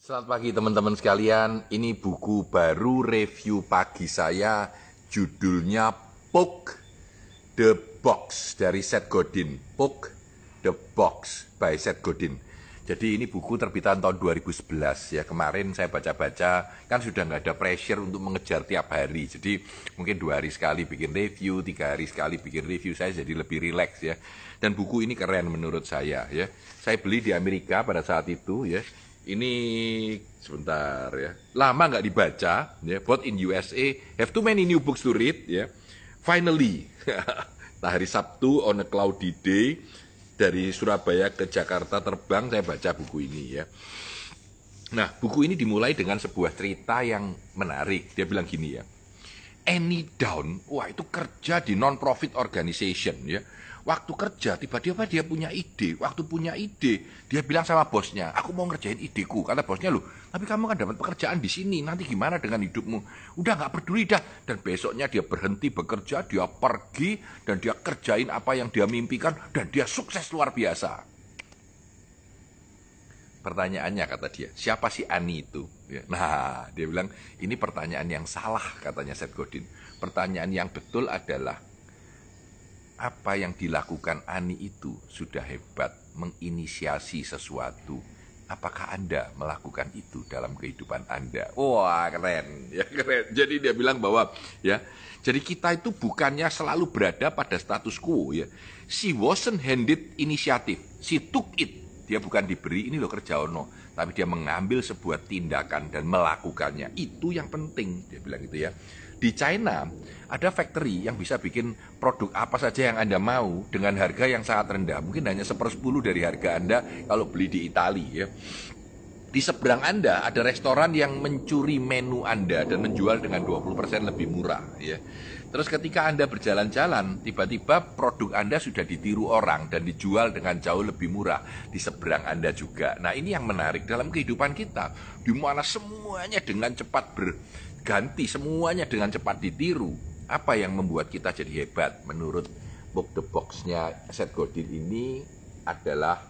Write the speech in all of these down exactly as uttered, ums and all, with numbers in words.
Selamat pagi teman-teman sekalian. Ini buku baru review pagi saya, judulnya Poke the Box dari Seth Godin. Poke the Box by Seth Godin. Jadi ini buku terbitan tahun dua ribu sebelas ya. Kemarin saya baca-baca, kan sudah nggak ada pressure untuk mengejar tiap hari. Jadi mungkin dua hari sekali bikin review, tiga hari sekali bikin review, saya jadi lebih rileks ya. Dan buku ini keren menurut saya ya. Saya beli di Amerika pada saat itu ya. Ini sebentar ya, lama nggak dibaca ya. Bought in U S A, have too many new books to read ya. Finally, nah hari Sabtu on a cloudy day dari Surabaya ke Jakarta terbang, saya baca buku ini ya. Nah buku ini dimulai dengan sebuah cerita yang menarik. Dia bilang gini ya, Annie Down, wah itu kerja di non-profit organization ya. Waktu kerja tiba-tiba dia punya ide. Waktu punya ide dia bilang sama bosnya, aku mau ngerjain ideku. Kata bosnya, loh tapi kamu kan dapat pekerjaan di sini, nanti gimana dengan hidupmu? Udah nggak peduli dah. Dan besoknya dia berhenti bekerja, dia pergi dan dia kerjain apa yang dia mimpikan dan dia sukses luar biasa. Pertanyaannya kata dia, siapa si Annie itu? Nah dia bilang ini pertanyaan yang salah, katanya Seth Godin. Pertanyaan yang betul adalah, apa yang dilakukan Ani itu sudah hebat, menginisiasi sesuatu. Apakah Anda melakukan itu dalam kehidupan Anda? Wah keren, ya keren. Jadi dia bilang bahwa ya, jadi kita itu bukannya selalu berada pada status quo ya. She wasn't handed initiative, she took it. Dia bukan diberi ini loh kerja ono, tapi dia mengambil sebuah tindakan dan melakukannya. Itu yang penting, dia bilang gitu ya. Di China ada factory yang bisa bikin produk apa saja yang Anda mau dengan harga yang sangat rendah. Mungkin hanya sepersepuluh dari harga Anda kalau beli di Italia ya. Di seberang Anda ada restoran yang mencuri menu Anda dan menjual dengan dua puluh persen lebih murah ya. Terus ketika Anda berjalan-jalan, tiba-tiba produk Anda sudah ditiru orang dan dijual dengan jauh lebih murah di seberang Anda juga. Nah ini yang menarik dalam kehidupan kita, di mana semuanya dengan cepat berganti, semuanya dengan cepat ditiru. Apa yang membuat kita jadi hebat? Menurut Book the Box-nya Seth Godin ini adalah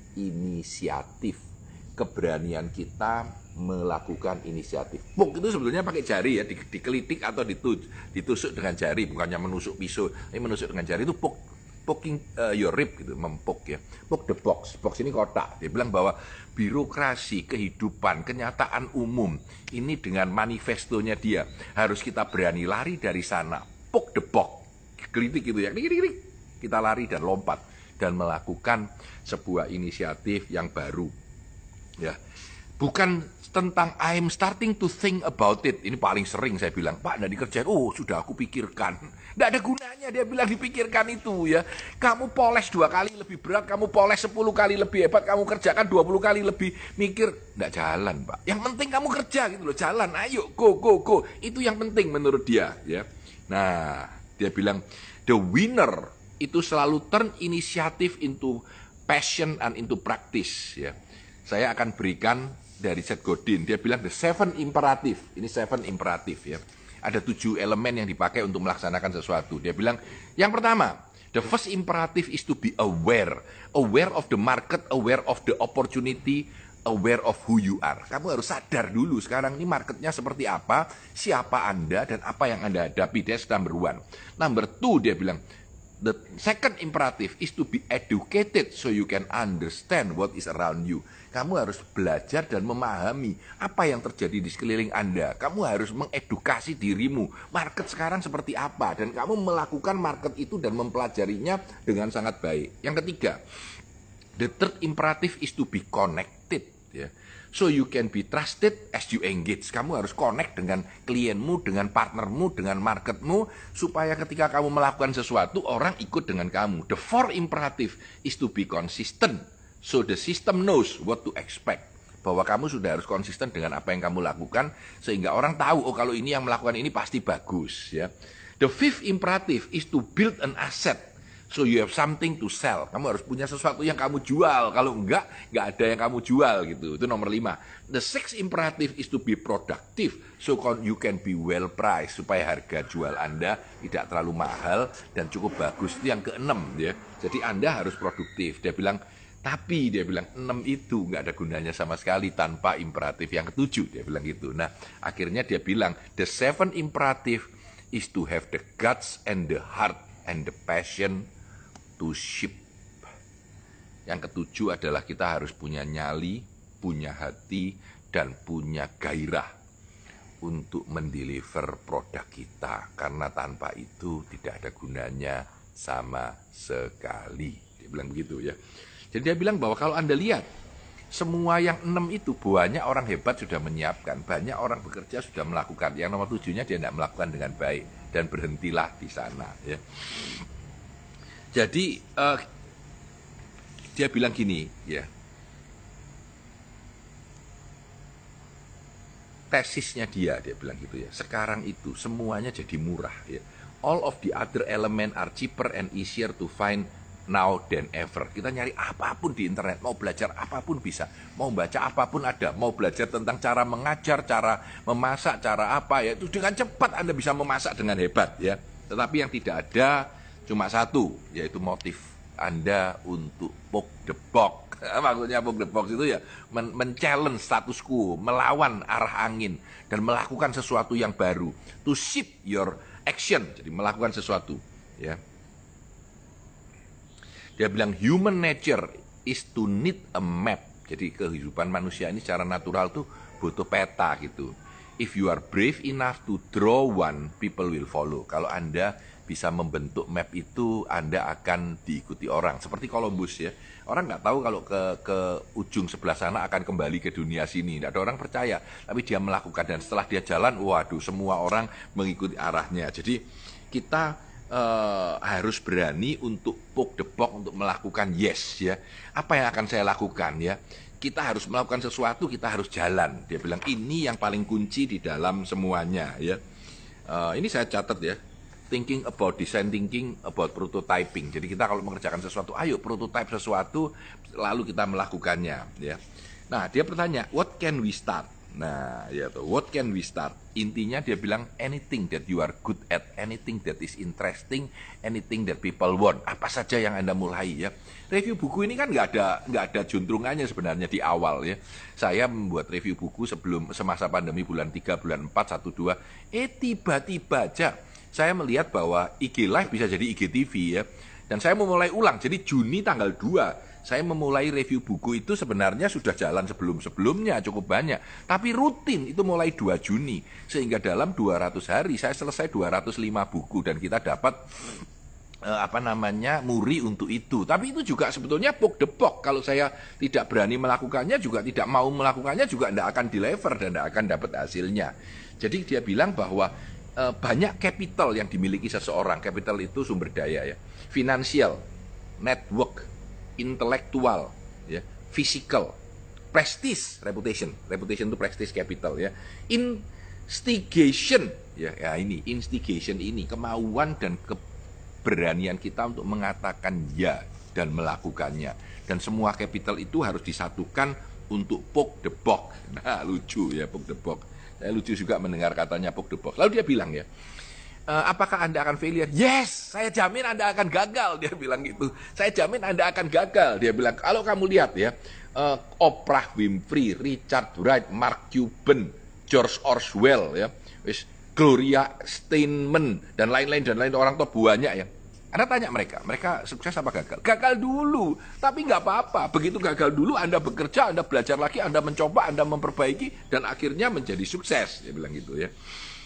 inisiatif, keberanian kita melakukan inisiatif. Puk itu sebetulnya pakai jari ya, di, dikelitik atau ditus, ditusuk dengan jari, bukannya menusuk pisau. Ini menusuk dengan jari itu poke, poking uh, your rib gitu, mempuk ya. Poke the box, box ini kotak. Dia bilang bahwa birokrasi, kehidupan, kenyataan umum ini dengan manifestonya dia harus kita berani lari dari sana. Poke the box, kelitik gitu ya, kita lari dan lompat dan melakukan sebuah inisiatif yang baru ya. Bukan tentang I'm starting to think about it. Ini paling sering saya bilang, Pak, nggak dikerjain. Oh, sudah aku pikirkan. Nggak ada gunanya dia bilang dipikirkan itu ya. Kamu poles dua kali lebih berat, kamu poles sepuluh kali lebih hebat, kamu kerjakan dua puluh kali lebih mikir. Nggak jalan, Pak. Yang penting kamu kerja gitu loh, jalan. Ayo, go, go, go. Itu yang penting menurut dia ya. Nah, dia bilang, the winner itu selalu turn initiative into passion and into practice ya. Saya akan berikan dari Seth Godin, dia bilang the seven imperative. Ini seven imperative ya. Ada tujuh elemen yang dipakai untuk melaksanakan sesuatu. Dia bilang, yang pertama, the first imperative is to be aware. Aware of the market, aware of the opportunity, aware of who you are. Kamu harus sadar dulu sekarang ini marketnya seperti apa, siapa Anda, dan apa yang Anda hadapi. That's number one. Number two, dia bilang, the second imperative is to be educated so you can understand what is around you. Kamu harus belajar dan memahami apa yang terjadi di sekeliling Anda. Kamu harus mengedukasi dirimu. Market sekarang seperti apa dan kamu melakukan market itu dan mempelajarinya dengan sangat baik. Yang ketiga, the third imperative is to be connected ya. So you can be trusted as you engage. Kamu harus connect dengan klienmu, dengan partnermu, dengan marketmu, supaya ketika kamu melakukan sesuatu, orang ikut dengan kamu. The fourth imperative is to be consistent. So the system knows what to expect. Bahwa kamu sudah harus konsisten dengan apa yang kamu lakukan, sehingga orang tahu, oh kalau ini yang melakukan ini pasti bagus. Ya. The fifth imperative is to build an asset. So you have something to sell. Kamu harus punya sesuatu yang kamu jual. Kalau enggak, enggak ada yang kamu jual gitu. Itu nomor lima. The sixth imperative is to be productive. So you can be well priced. Supaya harga jual Anda tidak terlalu mahal dan cukup bagus. Itu yang keenam ya. Jadi Anda harus produktif. Dia bilang, Tapi dia bilang enam itu nggak ada gunanya sama sekali tanpa imperatif yang ketujuh, dia bilang gitu. Nah, akhirnya dia bilang the seven imperative is to have the guts and the heart and the passion to ship. Yang ketujuh adalah kita harus punya nyali, punya hati, dan punya gairah untuk mendeliver produk kita. Karena tanpa itu tidak ada gunanya sama sekali. Dia bilang begitu ya. Jadi dia bilang bahwa kalau Anda lihat, semua yang enam itu banyak orang hebat sudah menyiapkan, banyak orang bekerja sudah melakukan. Yang nomor tujuhnya dia tidak melakukan dengan baik dan berhentilah di sana. Ya. Jadi uh, dia bilang gini, ya, tesisnya dia, dia bilang gitu ya. Sekarang itu semuanya jadi murah. Ya. All of the other element are cheaper and easier to find now than ever. Kita nyari apapun di internet, mau belajar apapun bisa, mau baca apapun ada, mau belajar tentang cara mengajar, cara memasak, cara apa ya, itu dengan cepat Anda bisa memasak dengan hebat ya. Tetapi yang tidak ada cuma satu, yaitu motif Anda untuk poke the box. Maksudnya poke the box itu ya men-challenge status quo, melawan arah angin dan melakukan sesuatu yang baru. To shift your action, jadi melakukan sesuatu ya. Dia bilang human nature is to need a map. Jadi kehidupan manusia ini secara natural tuh butuh peta gitu. If you are brave enough to draw one, people will follow. Kalau Anda bisa membentuk map itu, Anda akan diikuti orang. Seperti Columbus ya. Orang nggak tahu kalau ke ke ujung sebelah sana akan kembali ke dunia sini. Nggak ada orang percaya. Tapi dia melakukan dan setelah dia jalan, waduh semua orang mengikuti arahnya. Jadi kita Uh, harus berani untuk poke the box, untuk melakukan yes ya. Apa yang akan saya lakukan ya? Kita harus melakukan sesuatu, kita harus jalan. Dia bilang ini yang paling kunci di dalam semuanya ya. Uh, ini saya catat ya. Thinking about design, thinking about prototyping. Jadi kita kalau mengerjakan sesuatu, ayo prototype sesuatu, lalu kita melakukannya ya. Nah dia bertanya, what can we start? Nah, ya tuh, what can we start? Intinya dia bilang anything that you are good at, anything that is interesting, anything that people want. Apa saja yang Anda mulai ya. Review buku ini kan nggak ada nggak ada juntrungannya sebenarnya di awal ya. Saya membuat review buku sebelum semasa pandemi bulan tiga, bulan empat, satu, dua. Eh tiba-tiba aja saya melihat bahwa I G Live bisa jadi I G T V ya. Dan saya memulai ulang. Jadi Juni tanggal dua saya memulai review buku itu sebenarnya sudah jalan sebelum-sebelumnya cukup banyak. Tapi rutin itu mulai dua Juni. Sehingga dalam dua ratus hari saya selesai dua ratus lima buku. Dan kita dapat eh, apa namanya muri untuk itu. Tapi itu juga sebetulnya poke the box. Kalau saya tidak berani melakukannya juga tidak mau melakukannya juga tidak akan deliver dan tidak akan dapat hasilnya. Jadi dia bilang bahwa eh, banyak capital yang dimiliki seseorang. Capital itu sumber daya ya. Finansial, network, intelektual, ya, physical, prestige, reputation, reputation itu prestige capital, ya, instigation, ya, ya ini instigation ini kemauan dan keberanian kita untuk mengatakan ya dan melakukannya, dan semua capital itu harus disatukan untuk poke the box. Nah lucu ya poke the box. Saya lucu juga mendengar katanya poke the box. Lalu dia bilang ya. Uh, apakah Anda akan failure? Yes, saya jamin Anda akan gagal. Dia bilang gitu. Saya jamin Anda akan gagal. Dia bilang, kalau kamu lihat ya, uh, Oprah Winfrey, Richard Wright, Mark Cuban, George Orwell, ya, Gloria Steinem dan lain-lain dan lain orang tua banyak ya. Anda tanya mereka, mereka sukses apa gagal? Gagal dulu, tapi nggak apa-apa. Begitu gagal dulu, Anda bekerja, Anda belajar lagi, Anda mencoba, Anda memperbaiki, dan akhirnya menjadi sukses. Dia bilang gitu ya.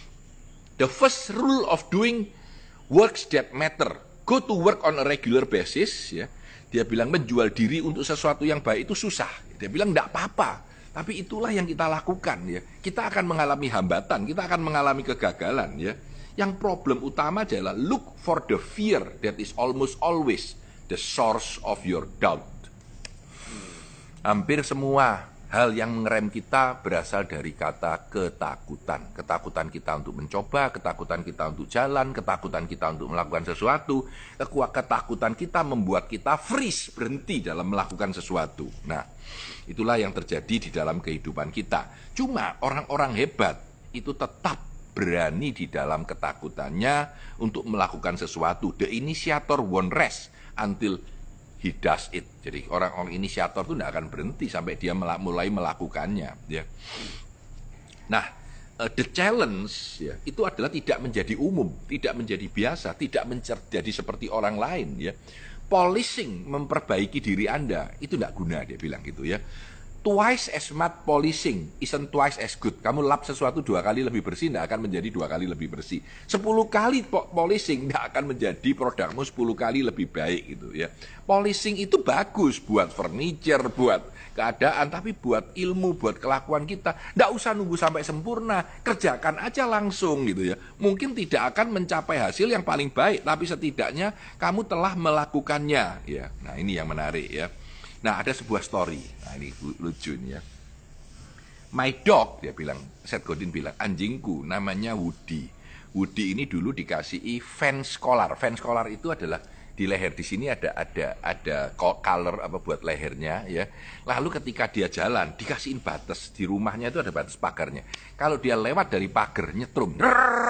The first rule of doing works that matter. Go to work on a regular basis. Ya. Dia bilang menjual diri untuk sesuatu yang baik itu susah. Dia bilang tidak apa-apa. Tapi itulah yang kita lakukan. Ya. Kita akan mengalami hambatan. Kita akan mengalami kegagalan. Ya. Yang problem utama adalah look for the fear that is almost always the source of your doubt. Hampir semua hal yang mengerem kita berasal dari kata ketakutan. Ketakutan kita untuk mencoba, ketakutan kita untuk jalan, ketakutan kita untuk melakukan sesuatu, ketakutan kita membuat kita freeze, berhenti dalam melakukan sesuatu. Nah, itulah yang terjadi di dalam kehidupan kita. Cuma orang-orang hebat itu tetap berani di dalam ketakutannya untuk melakukan sesuatu. The initiator won't rest until he does it. Jadi orang-orang inisiator itu tidak akan berhenti sampai dia mulai melakukannya. Ya. Nah, uh, the challenge ya, itu adalah tidak menjadi umum, tidak menjadi biasa, tidak menjadi seperti orang lain. Ya. Polishing, memperbaiki diri Anda, itu tidak guna, dia bilang gitu ya. Twice as much polishing isn't twice as good. Kamu lap sesuatu dua kali lebih bersih, tidak akan menjadi dua kali lebih bersih. Sepuluh kali polishing tidak akan menjadi produkmu sepuluh kali lebih baik gitu ya. Polishing itu bagus buat furniture, buat keadaan, tapi buat ilmu, buat kelakuan kita, tidak usah nunggu sampai sempurna, kerjakan aja langsung gitu ya. Mungkin tidak akan mencapai hasil yang paling baik, tapi setidaknya kamu telah melakukannya ya. Nah ini yang menarik ya. Nah ada sebuah story, nah ini lucu nih ya. My dog, dia bilang, Seth Godin bilang, anjingku namanya Woody. Woody ini dulu dikasih fence collar. Fence collar itu adalah di leher, di sini ada ada ada collar apa buat lehernya ya. Lalu ketika dia jalan dikasihin batas, di rumahnya itu ada batas pagarnya. Kalau dia lewat dari pagar nyetrum,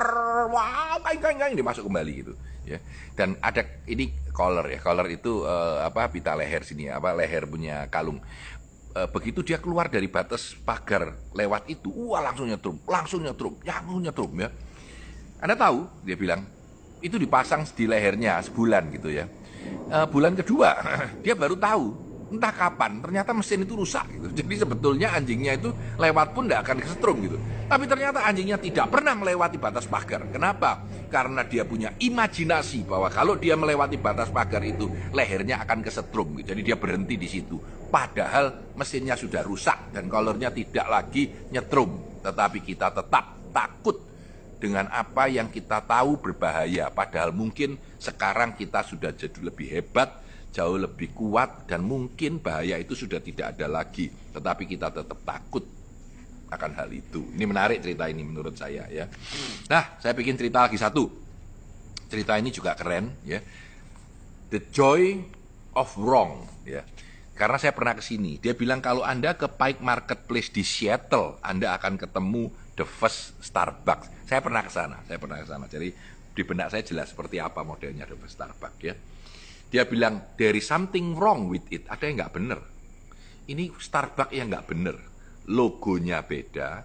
wah, kain kain kain dia masuk kembali gitu. Ya. Dan ada ini collar ya, collar itu uh, apa pita leher sini apa leher punya kalung. Uh, begitu dia keluar dari batas pagar lewat itu, wah langsung nyetrum, langsung nyetrum, langsung nyetrum ya. Anda tahu, dia bilang itu dipasang di lehernya sebulan gitu ya. Uh, bulan kedua dia baru tahu entah kapan ternyata mesin itu rusak gitu. Jadi sebetulnya anjingnya itu lewat pun tidak akan kesetrum gitu. Tapi ternyata anjingnya tidak pernah melewati batas pagar. Kenapa? Karena dia punya imajinasi bahwa kalau dia melewati batas pagar itu lehernya akan kesetrum gitu. Jadi dia berhenti di situ. Padahal mesinnya sudah rusak dan kolornya tidak lagi nyetrum. Tetapi kita tetap takut dengan apa yang kita tahu berbahaya. Padahal mungkin sekarang kita sudah jadi lebih hebat, jauh lebih kuat, dan mungkin bahaya itu sudah tidak ada lagi. Tetapi kita tetap takut akan hal itu. Ini menarik cerita ini menurut saya ya. Nah, saya bikin cerita lagi satu. Cerita ini juga keren ya. The Joy of Wrong ya. Karena saya pernah ke sini. Dia bilang kalau Anda ke Pike Marketplace di Seattle, Anda akan ketemu the first Starbucks. Saya pernah ke sana, saya pernah ke sana. Jadi di benak saya jelas seperti apa modelnya the first Starbucks ya. Dia bilang there is something wrong with it. Ada yang nggak bener. Ini Starbucks yang nggak bener. Logonya beda,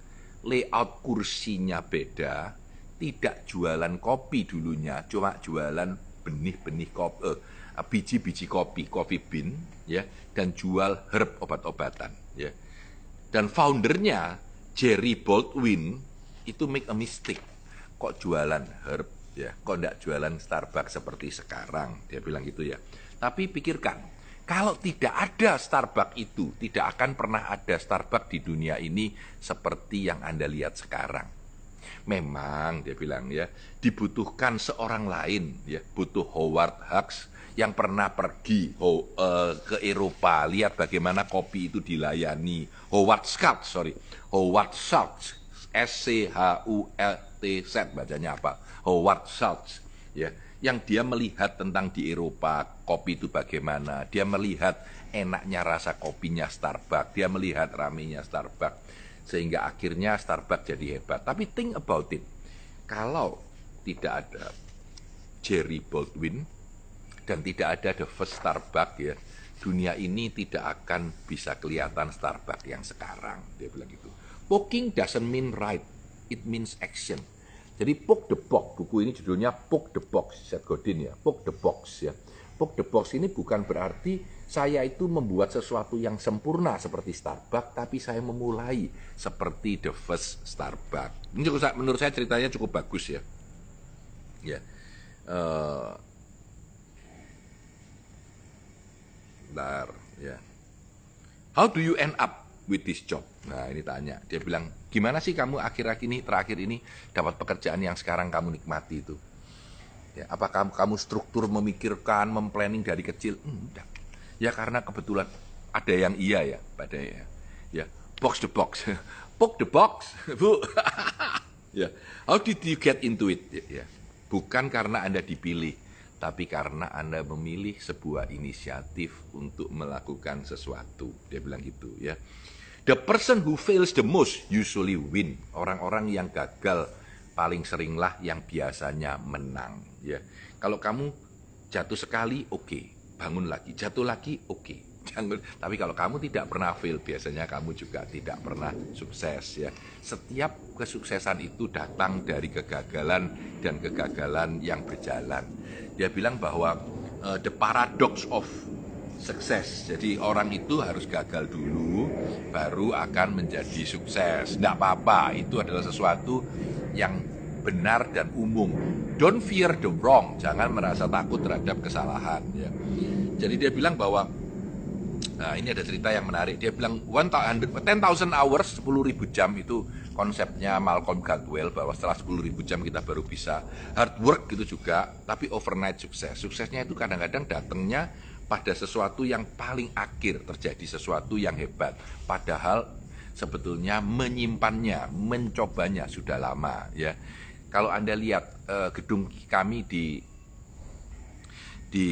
layout kursinya beda, tidak jualan kopi dulunya, cuma jualan benih-benih kopi, eh, biji-biji kopi, coffee bean, ya, dan jual herb obat-obatan, ya. Dan foundernya Jerry Baldwin itu make a mistake, kok jualan herb, ya, kok enggak jualan Starbucks seperti sekarang, dia bilang gitu ya. Tapi pikirkan. Kalau tidak ada Starbucks itu, tidak akan pernah ada Starbucks di dunia ini seperti yang Anda lihat sekarang. Memang, dia bilang ya, dibutuhkan seorang lain, ya, butuh Howard Hughes yang pernah pergi ho, uh, ke Eropa, lihat bagaimana kopi itu dilayani. Howard Schultz, sorry, Howard Schultz, S C H U L T Z, bacanya apa? Howard Schultz, ya. Yang dia melihat tentang di Eropa kopi itu bagaimana, dia melihat enaknya rasa kopinya Starbucks, dia melihat ramenya Starbucks, sehingga akhirnya Starbucks jadi hebat. Tapi think about it, kalau tidak ada Jerry Baldwin dan tidak ada the first Starbucks ya, dunia ini tidak akan bisa kelihatan Starbucks yang sekarang, dia bilang gitu. Poking doesn't mean right, it means action. Jadi Poke the Box, buku ini judulnya Poke the Box, Seth Godin ya, Poke the Box ya. Poke the Box ini bukan berarti saya itu membuat sesuatu yang sempurna seperti Starbucks, tapi saya memulai seperti the first Starbucks. Ini cukup, menurut saya ceritanya cukup bagus ya. Ya, uh, bentar ya. How do you end up with this job? Nah ini tanya, dia bilang gimana sih kamu akhir-akhir ini, terakhir ini dapat pekerjaan yang sekarang kamu nikmati itu ya, apa kamu, kamu struktur memikirkan, memplanning dari kecil? Enggak ya, karena kebetulan ada yang iya ya pada ya, ya box the box poke the box bu ya. How did you get into it ya, bukan karena Anda dipilih, tapi karena Anda memilih sebuah inisiatif untuk melakukan sesuatu, dia bilang gitu ya. The person who fails the most usually win. Orang-orang yang gagal paling seringlah yang biasanya menang. Ya, kalau kamu jatuh sekali, oke, okay. bangun lagi, jatuh lagi, oke. Okay. Jangan, tapi kalau kamu tidak pernah fail, biasanya kamu juga tidak pernah sukses ya. Setiap kesuksesan itu datang dari kegagalan dan kegagalan yang berjalan. Dia bilang bahwa uh, the paradox of success. Jadi orang itu harus gagal dulu, baru akan menjadi sukses. Tidak apa-apa, itu adalah sesuatu yang benar dan umum. Don't fear the wrong, jangan merasa takut terhadap kesalahan ya. Jadi dia bilang bahwa, nah ini ada cerita yang menarik. Dia bilang ten thousand hours, sepuluh ribu jam, itu konsepnya Malcolm Gladwell, bahwa setelah sepuluh ribu jam kita baru bisa. Hard work gitu juga, tapi overnight sukses. Suksesnya itu kadang-kadang datangnya pada sesuatu yang paling akhir, terjadi sesuatu yang hebat. Padahal sebetulnya menyimpannya, mencobanya sudah lama ya. Kalau Anda lihat eh, gedung kami di di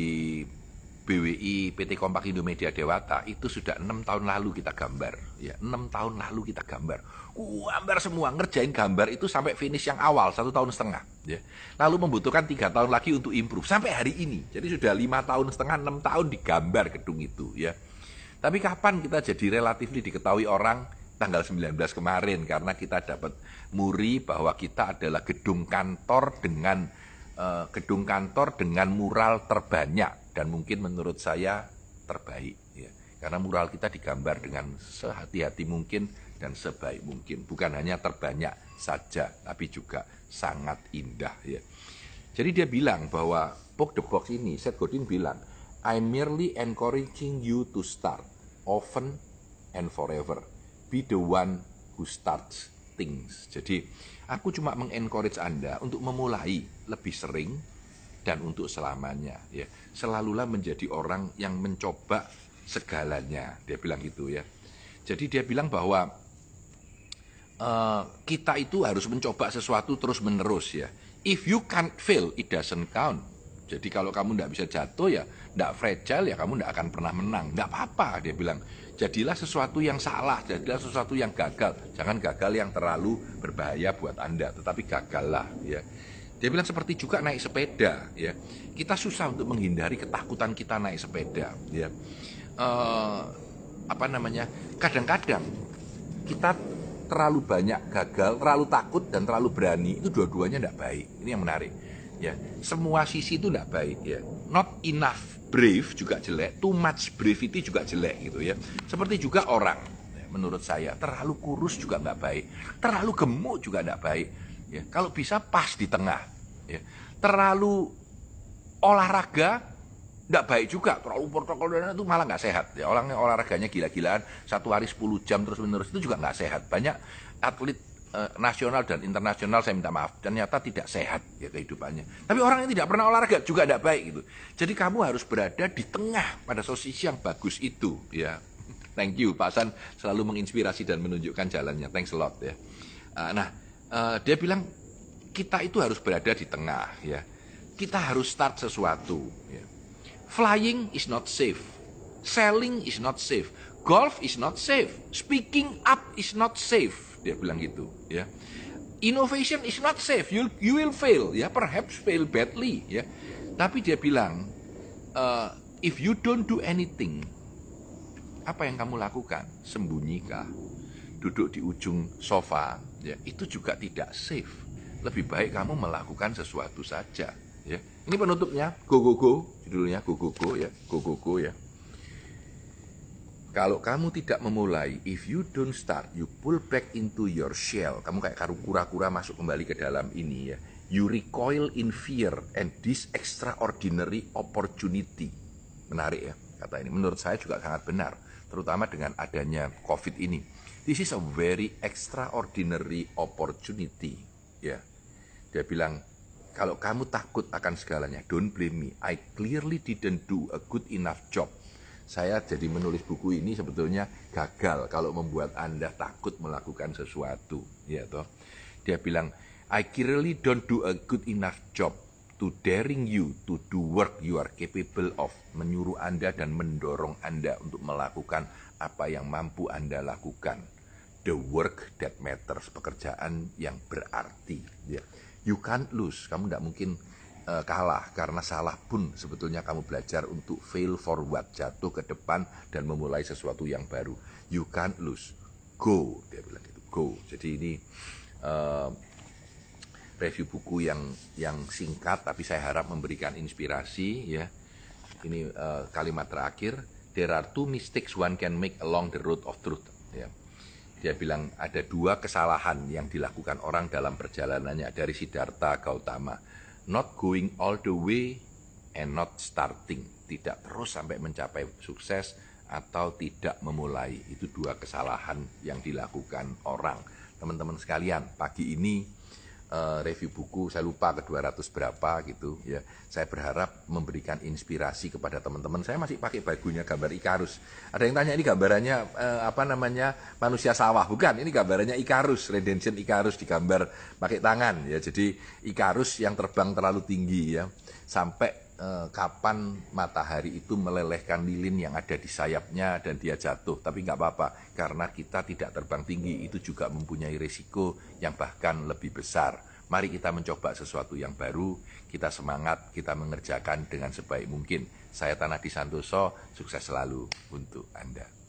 B W I P T Kompak Indomedia Dewata itu sudah enam tahun lalu kita gambar ya, enam tahun lalu kita gambar gambar semua, ngerjain gambar itu sampai finish yang awal satu tahun setengah ya. Lalu membutuhkan tiga tahun lagi untuk improve sampai hari ini. Jadi sudah lima tahun setengah, enam tahun digambar gedung itu ya. Tapi kapan kita jadi relatifly diketahui orang? Tanggal sembilan belas kemarin, karena kita dapat muri bahwa kita adalah gedung kantor dengan uh, gedung kantor dengan mural terbanyak dan mungkin menurut saya terbaik ya. Karena mural kita digambar dengan sehati-hati mungkin dan sebaik mungkin. Bukan hanya terbanyak saja, tapi juga sangat indah ya. Jadi dia bilang bahwa Book the Box ini, Seth Godin bilang, I'm merely encouraging you to start often and forever. Be the one who starts things. Jadi aku cuma mengencourage Anda untuk memulai lebih sering dan untuk selamanya ya. Selalulah menjadi orang yang mencoba segalanya. Dia bilang gitu ya. Jadi dia bilang bahwa uh, kita itu harus mencoba sesuatu terus menerus ya. If you can't fail, it doesn't count. Jadi kalau kamu tidak bisa jatuh ya, tidak fragile ya, kamu tidak akan pernah menang. Tidak apa-apa, dia bilang. Jadilah sesuatu yang salah, jadilah sesuatu yang gagal. Jangan gagal yang terlalu berbahaya buat Anda, tetapi gagallah ya. Dia bilang seperti juga naik sepeda ya. Kita susah untuk menghindari ketakutan kita naik sepeda ya. Uh, apa namanya? Kadang-kadang kita terlalu banyak gagal, terlalu takut dan terlalu berani, itu dua-duanya tidak baik. Ini yang menarik. Ya, semua sisi itu tidak baik ya. Not enough brave juga jelek, too much bravity juga jelek gitu ya. Seperti juga orang ya, menurut saya terlalu kurus juga nggak baik, terlalu gemuk juga nggak baik ya. Kalau bisa pas di tengah ya. Terlalu olahraga nggak baik juga, terlalu protokol itu malah nggak sehat ya. Orang yang olahraganya gila-gilaan satu hari sepuluh jam terus menerus itu juga nggak sehat. Banyak atlet nasional dan internasional, saya minta maaf, ternyata tidak sehat ya kehidupannya. Tapi orang yang tidak pernah olahraga juga tidak baik gitu. Jadi kamu harus berada di tengah pada posisi yang bagus itu ya. Thank you, Pak San selalu menginspirasi dan menunjukkan jalannya. Thanks a lot ya. Nah, dia bilang kita itu harus berada di tengah ya. Kita harus start sesuatu ya. Flying is not safe. Selling is not safe. Golf is not safe. Speaking up is not safe. Dia bilang gitu ya. Innovation is not safe, you you will fail ya, perhaps fail badly ya. Tapi dia bilang uh, if you don't do anything, apa yang kamu lakukan? Sembunyilah, duduk di ujung sofa ya, itu juga tidak safe. Lebih baik kamu melakukan sesuatu saja ya. Ini penutupnya, go go go, judulnya go go go ya, go go go ya. Kalau kamu tidak memulai, if you don't start, you pull back into your shell. Kamu kayak karu kura-kura masuk kembali ke dalam ini ya. You recoil in fear and this extraordinary opportunity. Menarik ya kata ini. Menurut saya juga sangat benar, terutama dengan adanya COVID ini. This is a very extraordinary opportunity. Ya, dia bilang kalau kamu takut akan segalanya, don't blame me. I clearly didn't do a good enough job. Saya jadi menulis buku ini sebetulnya gagal kalau membuat Anda takut melakukan sesuatu, ya toh. Dia bilang, I clearly don't do a good enough job to daring you to do work you are capable of. Menyuruh Anda dan mendorong Anda untuk melakukan apa yang mampu Anda lakukan. The work that matters, pekerjaan yang berarti. Ya. You can't lose, kamu tidak mungkin uh, kalah, karena salah pun sebetulnya kamu belajar untuk fail forward, jatuh ke depan dan memulai sesuatu yang baru. You can't lose, go, dia bilang gitu, go. Jadi ini uh, review buku yang yang singkat, tapi saya harap memberikan inspirasi ya. Ini uh, kalimat terakhir, there are two mistakes one can make along the road of truth. Ya. Dia bilang ada dua kesalahan yang dilakukan orang dalam perjalanannya, dari Siddhartha Gautama. Not going all the way and not starting. Tidak terus sampai mencapai sukses atau tidak memulai. Itu dua kesalahan yang dilakukan orang. Teman-teman sekalian, pagi ini Uh, review buku, saya lupa ke dua ratus berapa gitu ya. Saya berharap memberikan inspirasi kepada teman-teman. Saya masih pakai bajunya gambar Ikarus. Ada yang tanya ini gambarannya uh, apa namanya manusia sawah, bukan? Ini gambarannya Ikarus, Redemption Ikarus digambar pakai tangan ya. Jadi Ikarus yang terbang terlalu tinggi ya, sampai Uh, kapan matahari itu melelehkan lilin yang ada di sayapnya dan dia jatuh. Tapi nggak apa-apa, karena kita tidak terbang tinggi, itu juga mempunyai risiko yang bahkan lebih besar. Mari kita mencoba sesuatu yang baru, kita semangat, kita mengerjakan dengan sebaik mungkin. Saya Tanah Di Santoso, sukses selalu untuk Anda.